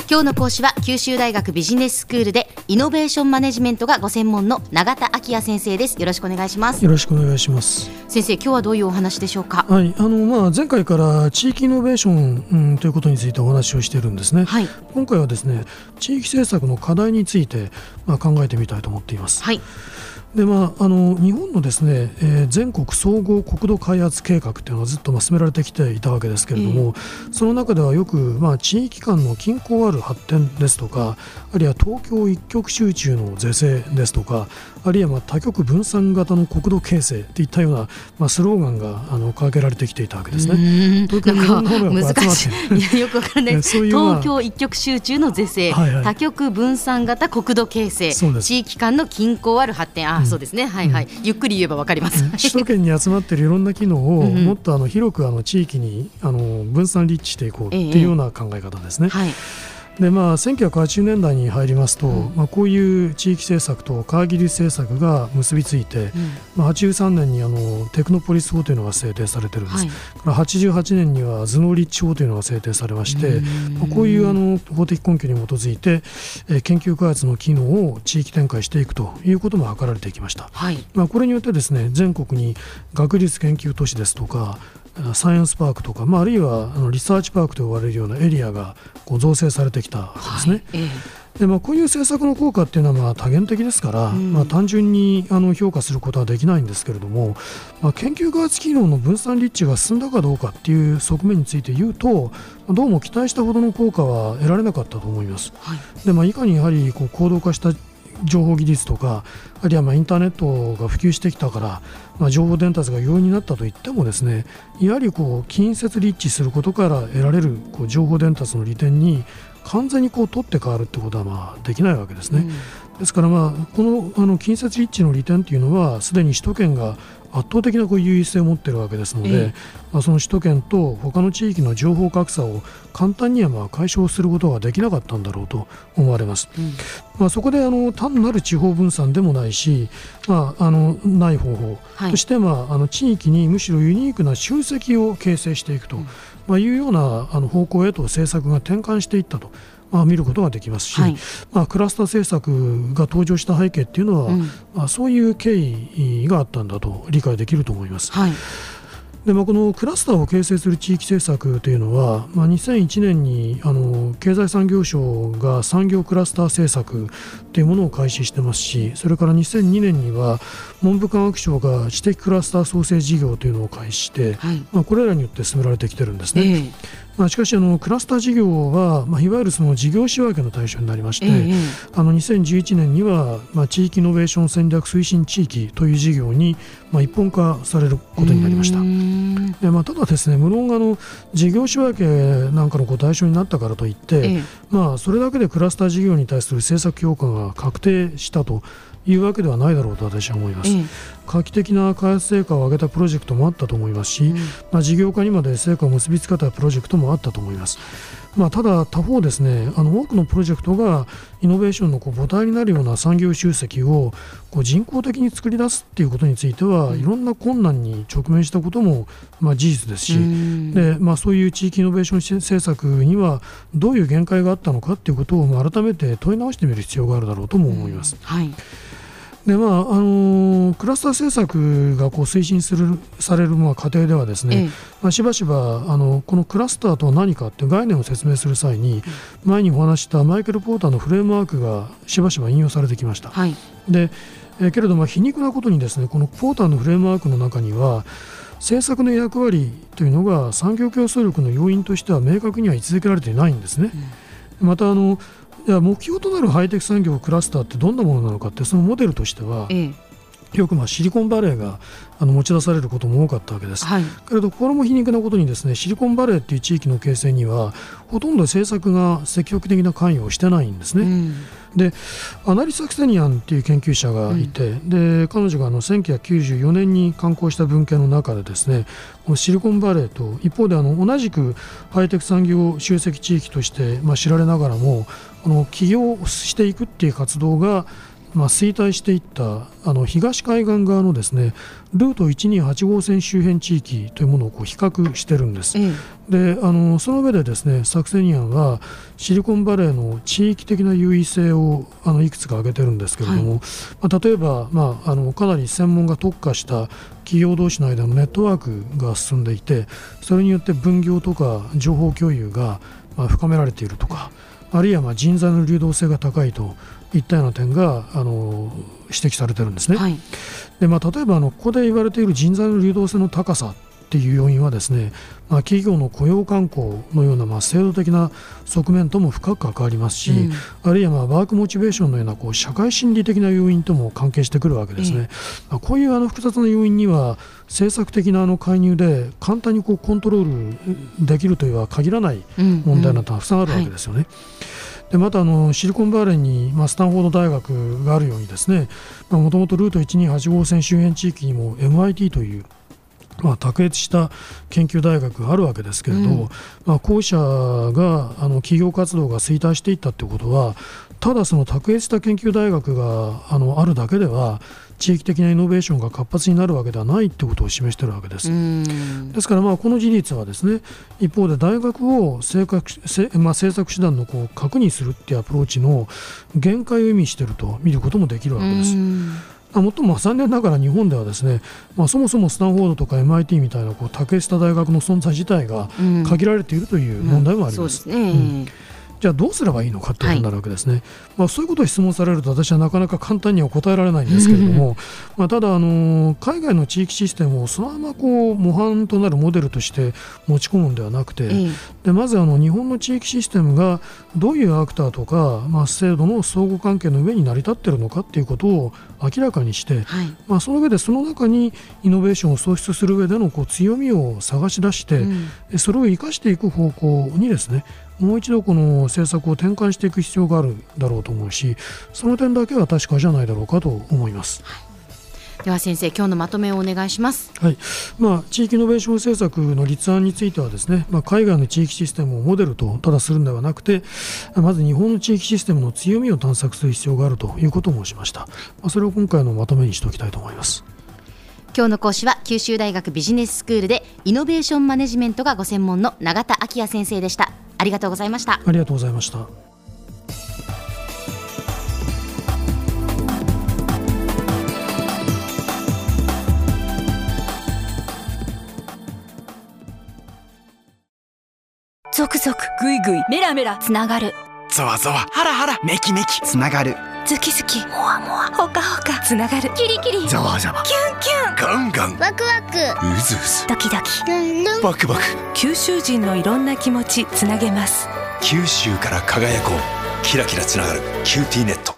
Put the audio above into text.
今日の講師は九州大学ビジネススクールでイノベーションマネジメントがご専門の永田昭也先生です。よろしくお願いします。 よろしくお願いします。 先生、今日はどういうお話でしょうか。 はい、前回から地域イノベーション、ということについてお話をしているんですね。 はい、 今回はですね、地域政策の課題について、考えてみたいと思っています。 はい。 で日本のですね、全国総合国土開発計画というのはずっと進められてきていたわけですけれども、その中ではよく、地域間の均衡ある発展ですとか、あるいは東京一極集中の是正ですとか、あるいは多極分散型の国土形成といったような、スローガンが掲げられてきていたわけですね。東京にいろんなものが集まって難しいよくわからないそういう東京一極集中の是正、多極分散型国土形成、地域間の均衡ある発展、そうですね、はいはい、ゆっくり言えばわかります。 首都圏に集まっているいろんな機能をもっと広く地域に分散立地していこうというような考え方ですね。 はい。 で1980年代に入りますと、こういう地域政策と川切り政策が結びついて、83年にテクノポリス法というのが制定されているんです。から88年には頭脳立地法というのが制定されまして、こういう法的根拠に基づいて、研究開発の機能を地域展開していくということも図られていきました。 はい。 これによってですね、全国に学術研究都市ですとかサイエンスパークとか、あるいはリサーチパークと呼ばれるようなエリアが造成されてきたわけですね。でこういう政策の効果っていうのは多元的ですから、単純に評価することはできないんですけれども、研究開発機能の分散立地が進んだかどうかっていう側面について言うと、どうも期待したほどの効果は得られなかったと思います。でいかにやはり高度化した情報技術とか、あるいはインターネットが普及してきたから、情報伝達が容易になったといってもですね、やはり近接立地することから得られる情報伝達の利点に完全に取って変わるってことはできないわけですね。ですからこの近接立地の利点というのはすでに首都圏が圧倒的な優位性を持っているわけですので、その首都圏と他の地域の情報格差を簡単には解消することができなかったんだろうと思われます。そこで単なる地方分散でもないし、ない方法、そして地域にむしろユニークな集積を形成していくというような方向へと政策が転換していったと見ることができますし、クラスター政策が登場した背景っていうのは、そういう経緯があったんだと理解できると思います。でこのクラスターを形成する地域政策というのは、2001年に経済産業省が産業クラスター政策というものを開始してますし、それから2002年には文部科学省が知的クラスター創生事業というのを開始して、これらによって進められてきてるんですね。しかしクラスター事業は、いわゆるその事業仕分けの対象になりまして、2011年には、地域イノベーション戦略推進地域という事業に、一本化されることになりました。でただですね、無論事業仕分けなんかの対象になったからといって、それだけでクラスター事業に対する政策評価が確定したというわけではないだろうと私は思います。画期的な開発成果を上げたプロジェクトもあったと思いますし、事業化にまで成果を結びつけたプロジェクトもあったと思います。ただ他方ですね、多くのプロジェクトがイノベーションの母体になるような産業集積を人工的に作り出すということについてはいろんな困難に直面したことも事実ですし、でそういう地域イノベーション政策にはどういう限界があったのかということを改めて問い直してみる必要があるだろうとも思います。でクラスター政策が推進される過程ではですね、しばしばこのクラスターとは何かという概念を説明する際に、前にお話したマイケル・ポーターのフレームワークがしばしば引用されてきました。でけれども皮肉なことにですね、このポーターのフレームワークの中には政策の役割というのが産業競争力の要因としては明確には位置づけられていないんですね。また目標となるハイテク産業クラスターってどんなものなのかって、そのモデルとしては、よくシリコンバレーが持ち出されることも多かったわけです。けれどこれも皮肉なことにですね、シリコンバレーっていう地域の形成にはほとんど政策が積極的な関与をしてないんですね。でアナリサクセニアンという研究者がいて、で彼女が1994年に刊行した文献の中でですね、このシリコンバレーと一方で同じくハイテク産業集積地域として知られながらも起業していくっていう活動が衰退していった東海岸側のですねルート128号線周辺地域というものを比較してるんです。でその上でですねサクセニアンはシリコンバレーの地域的な優位性をいくつか挙げてるんですけれども、例えば、かなり専門が特化した企業同士の間のネットワークが進んでいて、それによって分業とか情報共有が深められているとか、あるいは人材の流動性が高いといったような点が指摘されているんですね。で例えばここで言われている人材の流動性の高さっていう要因はですね、企業の雇用慣行のような制度的な側面とも深く関わりますし、あるいはワークモチベーションのような社会心理的な要因とも関係してくるわけですね。こういう複雑な要因には政策的な介入で簡単にコントロールできるとは限らない問題などがたくさんあるわけですよね。でまたシリコンバレーに、スタンフォード大学があるようにですね、もともとルート128号線周辺地域にも MIT という卓越した研究大学があるわけですけれど、後者が企業活動が衰退していったということは、ただその卓越した研究大学があるだけでは地域的なイノベーションが活発になるわけではないということを示しているわけです。ですからこの事実はですね、一方で大学を政策手段の核にするっていうアプローチの限界を意味していると見ることもできるわけです。もっとも残念ながら日本ではですね、そもそもスタンフォードとか MIT みたいな卓越した大学の存在自体が限られているという問題もあります。じゃあどうすればいいのかということになるわけですね。そういうことを質問されると私はなかなか簡単には答えられないんですけれども、ただ海外の地域システムをそのまま模範となるモデルとして持ち込むのではなくて、でまず日本の地域システムがどういうアクターとか、制度の相互関係の上に成り立っているのかということを明らかにして、その上でその中にイノベーションを創出する上での強みを探し出して、それを生かしていく方向にですね、もう一度この政策を転換していく必要があるだろうと思うし、その点だけは確かじゃないだろうかと思います。 では先生、今日のまとめをお願いします。 地域イノベーション政策の立案についてはですね、海外の地域システムをモデルとただするのではなくて、まず日本の地域システムの強みを探索する必要があるということを申しました。それを今回のまとめにしておきたいと思います。 今日の講師は九州大学ビジネススクールでイノベーションマネジメントがご専門の永田昭也先生でした。ありがとうございました。 ありがとうございました。 ゾクゾクグイグイメラメラつながる、 ゾワゾワハラハラメキメキつながる、 ズキズキモワモワホカホカつながる、キリキリザワザワキュンキュンガンガンワクワクうずうずドキドキルンルンバクバク、 九州人のいろんな気持ちつなげます。 九州から輝こう、キラキラつながるキューティーネット。